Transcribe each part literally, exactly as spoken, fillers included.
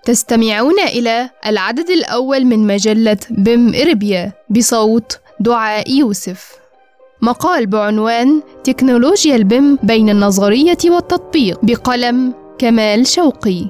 تستمعون إلى العدد الأول من مجلة بيم إربيا بصوت دعاء يوسف. مقال بعنوان تكنولوجيا البيم بين النظرية والتطبيق بقلم كمال شوقي.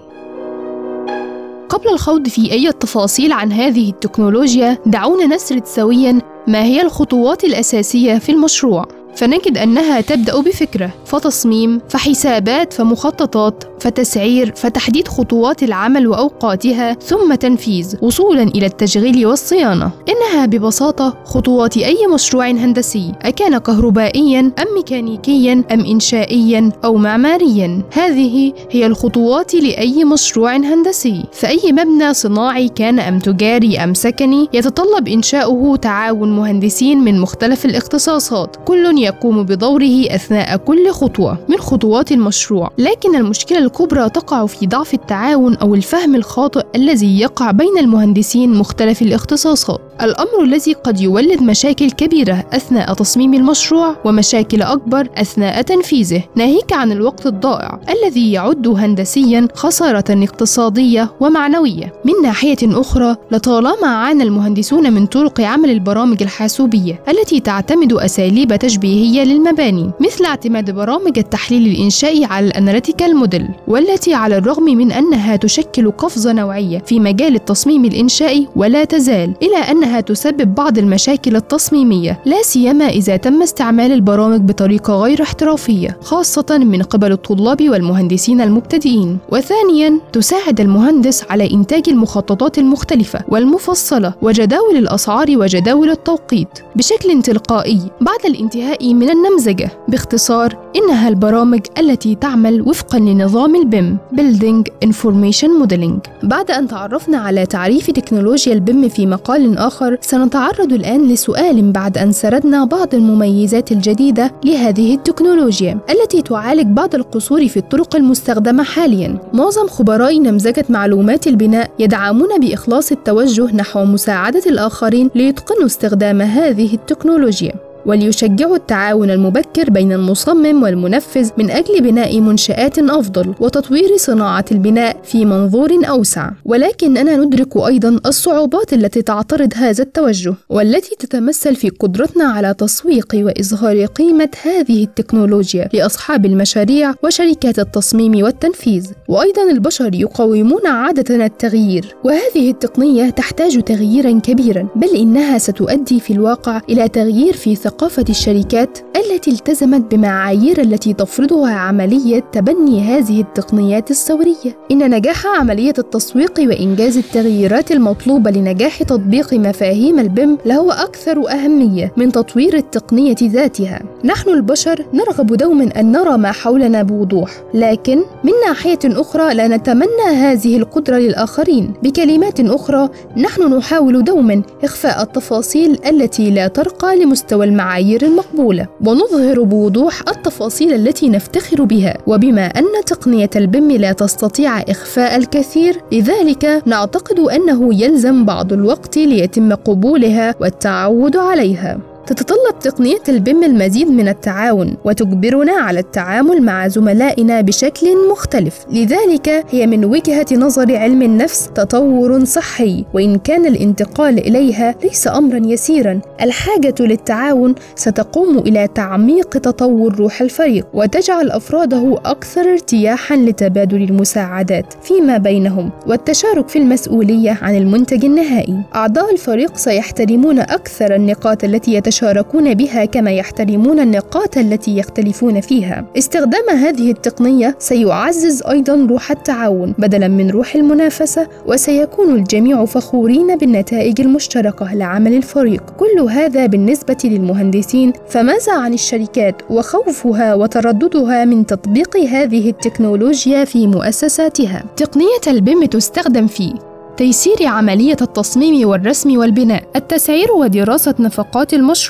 قبل الخوض في أي تفاصيل عن هذه التكنولوجيا، دعونا نسرد سوياً ما هي الخطوات الأساسية في المشروع. فنجد أنها تبدأ بفكرة، فتصميم، فحسابات، فمخططات، فتسعير، فتحديد خطوات العمل وأوقاتها، ثم تنفيذ وصولاً إلى التشغيل والصيانة. إنها ببساطة خطوات أي مشروع هندسي، أكان كهربائياً أم ميكانيكياً أم إنشائياً أو معمارياً. هذه هي الخطوات لأي مشروع هندسي. فأي مبنى صناعي كان أم تجاري أم سكني يتطلب إنشاؤه تعاون مهندسين من مختلف الاختصاصات، كل يقوم بدوره أثناء كل خطوة من خطوات المشروع. لكن المشكلة الكبرى تقع في ضعف التعاون أو الفهم الخاطئ الذي يقع بين المهندسين مختلف الاختصاصات، الأمر الذي قد يولد مشاكل كبيرة أثناء تصميم المشروع ومشاكل أكبر أثناء تنفيذه، ناهيك عن الوقت الضائع الذي يعد هندسيا خسارة اقتصادية ومعنوية. من ناحية أخرى، لطالما عانى المهندسون من طرق عمل البرامج الحاسوبية التي تعتمد أساليب تشبيهية للمباني، مثل اعتماد برامج التحليل الإنشائي على الأناليتيكال موديل، والتي على الرغم من أنها تشكل قفزة نوعية في مجال التصميم الإنشائي، ولا تزال إلى أنها تسبب بعض المشاكل التصميمية، لا سيما إذا تم استعمال البرامج بطريقة غير احترافية، خاصة من قبل الطلاب والمهندسين المبتدئين. وثانياً، تساعد المهندس على إنتاج المخططات المختلفة والمفصلة وجداول الأسعار وجداول التوقيت بشكل تلقائي بعد الانتهاء من النمذجة. باختصار، إنها البرامج التي تعمل وفقاً لنظام البيم Building Information Modeling. بعد أن تعرفنا على تعريف تكنولوجيا البيم في مقال آخر، سنتعرض الآن لسؤال بعد أن سردنا بعض المميزات الجديدة لهذه التكنولوجيا التي تعالج بعض القصور في الطرق المستخدمة حالياً. معظم خبراء نمذجة معلومات البناء يدعمون بإخلاص التوجه نحو مساعدة الآخرين ليتقنوا استخدام هذه التكنولوجيا، وليشجعوا التعاون المبكر بين المصمم والمنفذ من أجل بناء منشآت أفضل وتطوير صناعة البناء في منظور أوسع. ولكننا ندرك أيضاً الصعوبات التي تعترض هذا التوجه، والتي تتمثل في قدرتنا على تسويق وإظهار قيمة هذه التكنولوجيا لأصحاب المشاريع وشركات التصميم والتنفيذ. وأيضاً البشر يقاومون عادة التغيير، وهذه التقنية تحتاج تغييراً كبيراً، بل إنها ستؤدي في الواقع إلى تغيير في ثقافة الشركات التي التزمت بمعايير التي تفرضها عملية تبني هذه التقنيات الثورية. إن نجاح عملية التسويق وإنجاز التغييرات المطلوبة لنجاح تطبيق مفاهيم البيم لهو أكثر أهمية من تطوير التقنية ذاتها. نحن البشر نرغب دوما أن نرى ما حولنا بوضوح، لكن من ناحية أخرى لا نتمنى هذه القدرة للآخرين. بكلمات أخرى، نحن نحاول دوما إخفاء التفاصيل التي لا ترقى لمستوى المعايير المقبولة، ونظهر بوضوح التفاصيل التي نفتخر بها. وبما أن تقنية البيم لا تستطيع إخفاء الكثير، لذلك نعتقد أنه يلزم بعض الوقت ليتم قبولها والتعود عليها. تتطلب تقنية البيم المزيد من التعاون، وتجبرنا على التعامل مع زملائنا بشكل مختلف. لذلك هي من وجهة نظر علم النفس تطور صحي، وإن كان الانتقال إليها ليس أمرا يسيرا. الحاجة للتعاون ستقوم إلى تعميق تطور روح الفريق، وتجعل أفراده أكثر ارتياحا لتبادل المساعدات فيما بينهم والتشارك في المسؤولية عن المنتج النهائي. أعضاء الفريق سيحترمون أكثر النقاط التي يتشاركون يتشاركون بها كما يحترمون النقاط التي يختلفون فيها. استخدام هذه التقنية سيعزز أيضا روح التعاون بدلا من روح المنافسة، وسيكون الجميع فخورين بالنتائج المشتركة لعمل الفريق. كل هذا بالنسبة للمهندسين، فماذا عن الشركات وخوفها وترددها من تطبيق هذه التكنولوجيا في مؤسساتها؟ تقنية البيم تستخدم في تيسير عملية التصميم والرسم والبناء، التسعير ودراسة نفقات المشروع،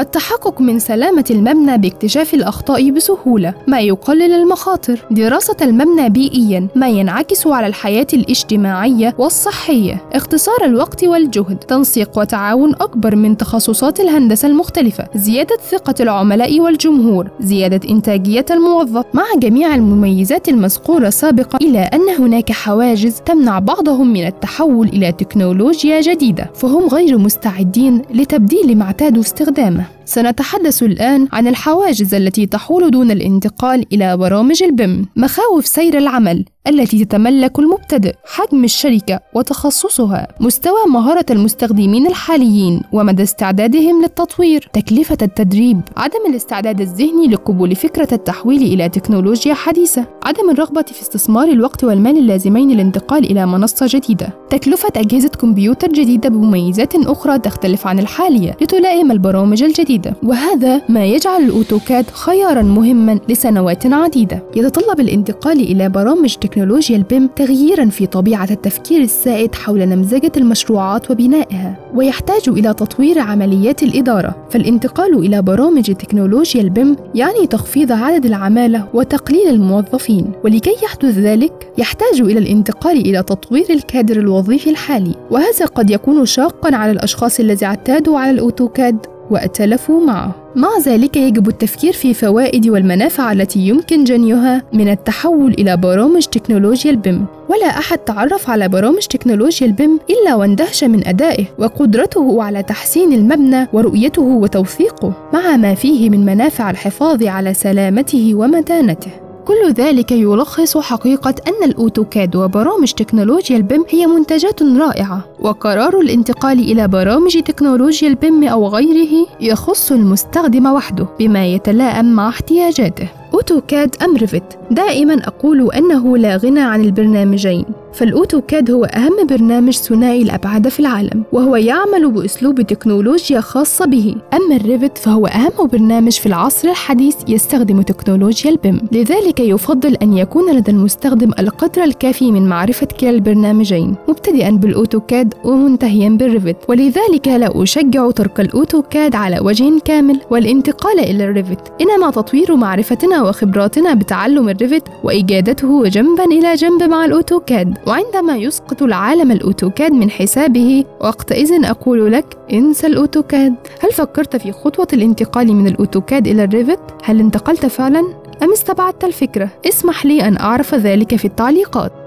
التحقق من سلامة المبنى باكتشاف الأخطاء بسهولة، ما يقلل المخاطر. دراسة المبنى بيئياً، ما ينعكس على الحياة الاجتماعية والصحية. اختصار الوقت والجهد، تنسيق وتعاون أكبر من تخصصات الهندسة المختلفة. زيادة ثقة العملاء والجمهور، زيادة إنتاجية الموظف. مع جميع المميزات المذكورة سابقاً، إلا أن هناك حواجز تمنع بعضهم من التحول إلى تكنولوجيا جديدة، فهم غير مستعدين لتبديل ما اعتادوا استخدامه. سنتحدث الآن عن الحواجز التي تحول دون الانتقال إلى برامج البيم. مخاوف سير العمل التي تتملك المبتدئ، حجم الشركة وتخصصها، مستوى مهارة المستخدمين الحاليين ومدى استعدادهم للتطوير، تكلفة التدريب، عدم الاستعداد الذهني لقبول فكرة التحويل إلى تكنولوجيا حديثة، عدم الرغبة في استثمار الوقت والمال اللازمين للانتقال إلى منصة جديدة، تكلفة أجهزة كمبيوتر جديدة بمميزات أخرى تختلف عن الحالية لتلائم البرامج الجديدة. وهذا ما يجعل الأوتوكاد خياراً مهماً لسنوات عديدة. يتطلب الانتقال إلى برامج تكنولوجيا البيم تغييراً في طبيعة التفكير السائد حول نمذجة المشروعات وبنائها، ويحتاج إلى تطوير عمليات الإدارة. فالانتقال إلى برامج تكنولوجيا البيم يعني تخفيض عدد العمالة وتقليل الموظفين، ولكي يحدث ذلك يحتاج إلى الانتقال إلى تطوير الكادر الوظيفي الحالي، وهذا قد يكون شاقاً على الأشخاص الذين اعتادوا على الأوتوكاد وأتلفوا معه. مع ذلك يجب التفكير في فوائد والمنافع التي يمكن جنيها من التحول إلى برامج تكنولوجيا البيم. ولا أحد تعرف على برامج تكنولوجيا البيم إلا واندهش من أدائه وقدرته على تحسين المبنى ورؤيته وتوثيقه، مع ما فيه من منافع الحفاظ على سلامته ومتانته. كل ذلك يلخص حقيقة أن الأوتوكاد وبرامج تكنولوجيا البيم هي منتجات رائعة، وقرار الانتقال إلى برامج تكنولوجيا البيم أو غيره يخص المستخدم وحده بما يتلائم مع احتياجاته. أوتوكاد أم ريفت؟ دائما أقول أنه لا غنى عن البرنامجين، فالأوتوكاد هو أهم برنامج ثنائي الأبعاد في العالم، وهو يعمل بأسلوب تكنولوجيا خاصة به. أما الريفت فهو أهم برنامج في العصر الحديث يستخدم تكنولوجيا البيم، لذلك يفضل أن يكون لدى المستخدم القدر الكافي من معرفة كلا البرنامجين، مبتدئا بالأوتوكاد ومنتهيا بالريفت. ولذلك لا أشجع ترك الأوتوكاد على وجه كامل والانتقال إلى الريفت، إنما تطوير معرفتنا وخبراتنا بتعلم الريفت وإيجادته جنبا إلى جنب مع الأوتوكاد. وعندما يسقط العالم الأوتوكاد من حسابه، وقتئذ أقول لك انسى الأوتوكاد. هل فكرت في خطوة الانتقال من الأوتوكاد إلى الريفت؟ هل انتقلت فعلا أم استبعدت الفكرة؟ اسمح لي أن أعرف ذلك في التعليقات.